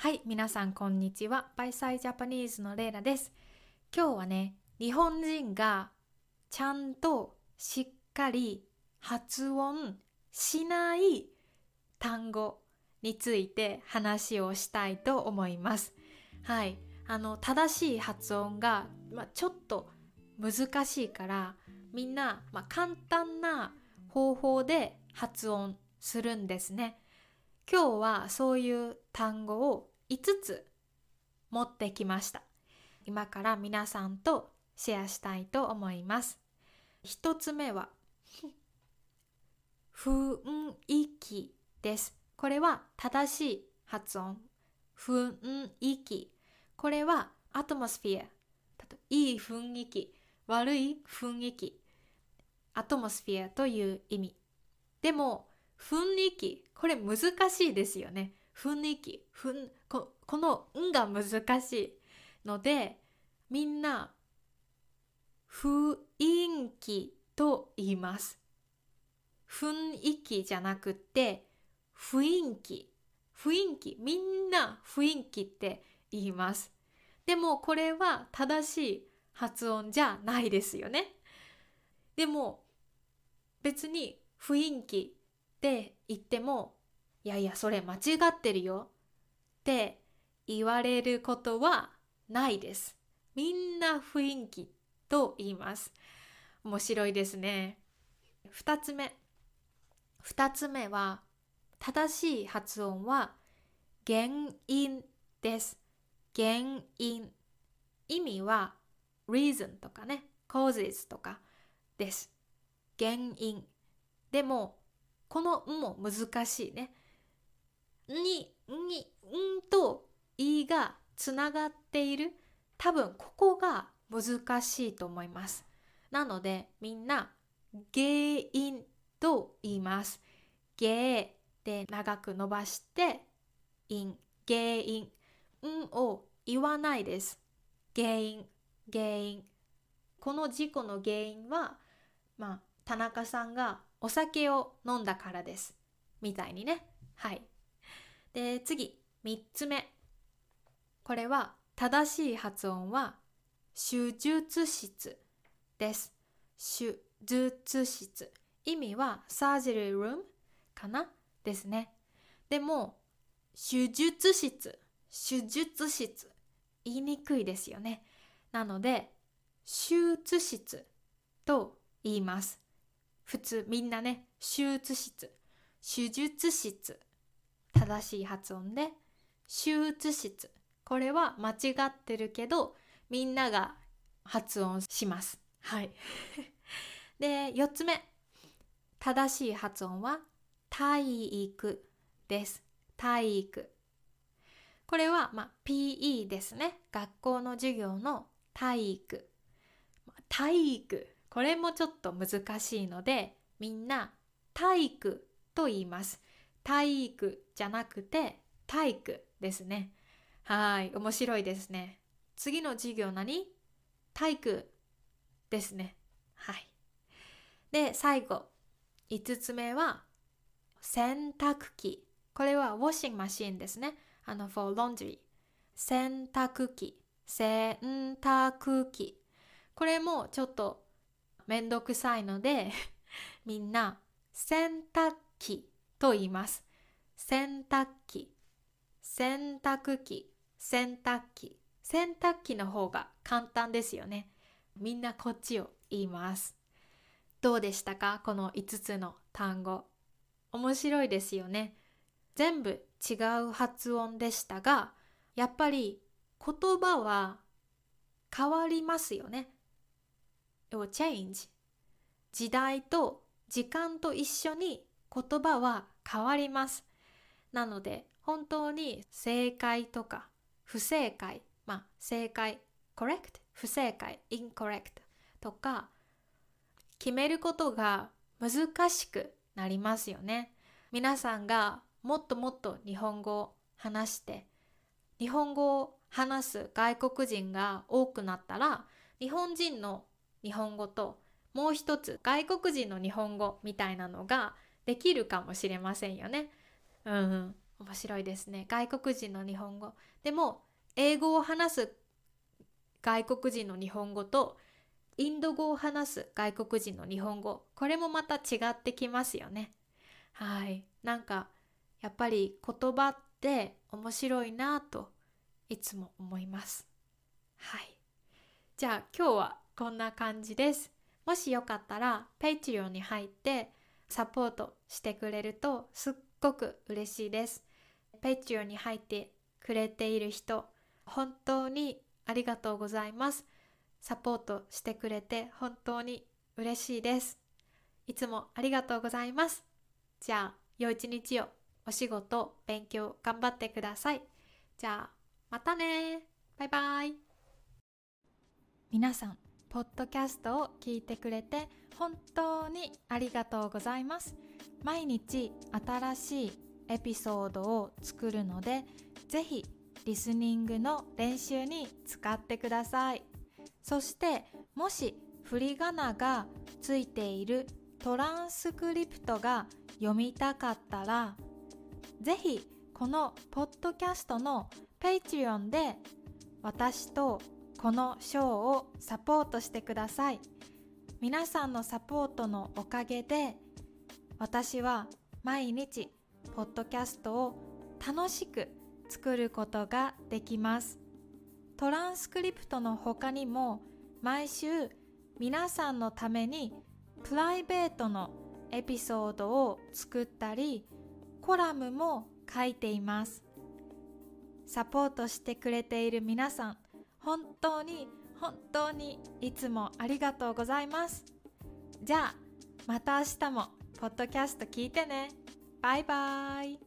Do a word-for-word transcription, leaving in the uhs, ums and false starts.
はい、皆さんこんにちは。バイサイジャパニーズのレイラです。今日はね、日本人がちゃんとしっかり発音しない単語について話をしたいと思います。はい、あの正しい発音が、まあ、ちょっと難しいからみんな、まあ、簡単な方法で発音するんですね。今日はそういう単語をいつつ持ってきました。今から皆さんとシェアしたいと思います。一つ目は雰囲気です。これは正しい発音。雰囲気。これはアトモスフィア。いい雰囲気、悪い雰囲気。アトモスフィアという意味。でも雰囲気、これ難しいですよね。雰囲気、ふん こ, この「ん」が難しいので、みんな雰囲気と言います。雰囲気じゃなくて雰囲気、雰囲気、みんな雰囲気って言います。でもこれは正しい発音じゃないですよね。でも別に雰囲気って言っても、いやいやそれ間違ってるよって言われることはないです。みんな雰囲気と言います。面白いですね。二つ目。二つ目は正しい発音は原因です。原因。意味は reason とかね、causes とかです。原因。でもこの「ん」も難しいね。に、に、んといがつながっている。多分ここが難しいと思います。なのでみんな原因と言います。原で長く伸ばして因、原因、んを言わないです。原因、原因。この事故の原因は、まあ田中さんがお酒を飲んだからですみたいにね。はい。で次、みっつめ。これは正しい発音は手術室です。手術室。意味はサージェリールームかなですね。でも手術室、手術室言いにくいですよね。なので手術室と言います。普通みんなね、手術室、手術室、正しい発音で手術室。これは間違ってるけどみんなが発音します。はい。でよっつめ。正しい発音は体育です。体育。これは、まあ、ピーイー ですね。学校の授業の体育。体育。これもちょっと難しいので、みんな体育と言います。体育じゃなくて体育ですね。はい、面白いですね。次の授業何？体育ですね。はい。で、最後、いつつめは洗濯機。これはウォッシングマシンですね。あの for laundry。洗濯機、洗濯機。これもちょっとめんどくさいのでみんな洗濯機と言います。洗濯機、洗濯機、洗濯機。洗濯機の方が簡単ですよね。みんなこっちを言います。どうでしたか？このいつつの単語。面白いですよね。全部違う発音でしたが、やっぱり言葉は変わりますよね。It will change。時代と時間と一緒に言葉は変わります。なので本当に正解とか不正解、まあ正解 correct、不正解 incorrect とか決めることが難しくなりますよね。皆さんがもっともっと日本語を話して、日本語を話す外国人が多くなったら、日本人の日本語ともう一つ外国人の日本語みたいなのができるかもしれませんよね。うん、 面白いですね。外国人の日本語。でも、英語を話す外国人の日本語と、インド語を話す外国人の日本語、これもまた違ってきますよね。はい。なんか、やっぱり言葉って面白いなといつも思います。はい。じゃあ今日はこんな感じです。もしよかったら Patreon に入ってサポートしてくれるとすっごく嬉しいです。Patreon に入ってくれている人、本当にありがとうございます。サポートしてくれて本当に嬉しいです。いつもありがとうございます。じゃあ、良い一日を。お仕事、勉強頑張ってください。じゃあ、またね。バイバイ。皆さん、ポッドキャストを聞いてくれて本当にありがとうございます。毎日新しいエピソードを作るので、ぜひリスニングの練習に使ってください。そして、もし振り仮名がついているトランスクリプトが読みたかったら、ぜひこのポッドキャストの Patreon で私とこのショーをサポートしてください。皆さんのサポートのおかげで私は毎日ポッドキャストを楽しく作ることができます。トランスクリプトの他にも毎週皆さんのためにプライベートのエピソードを作ったり、コラムも書いています。サポートしてくれている皆さん、本当に本当にいつもありがとうございます。じゃあ、また明日もポッドキャスト聞いてね。バイバイ。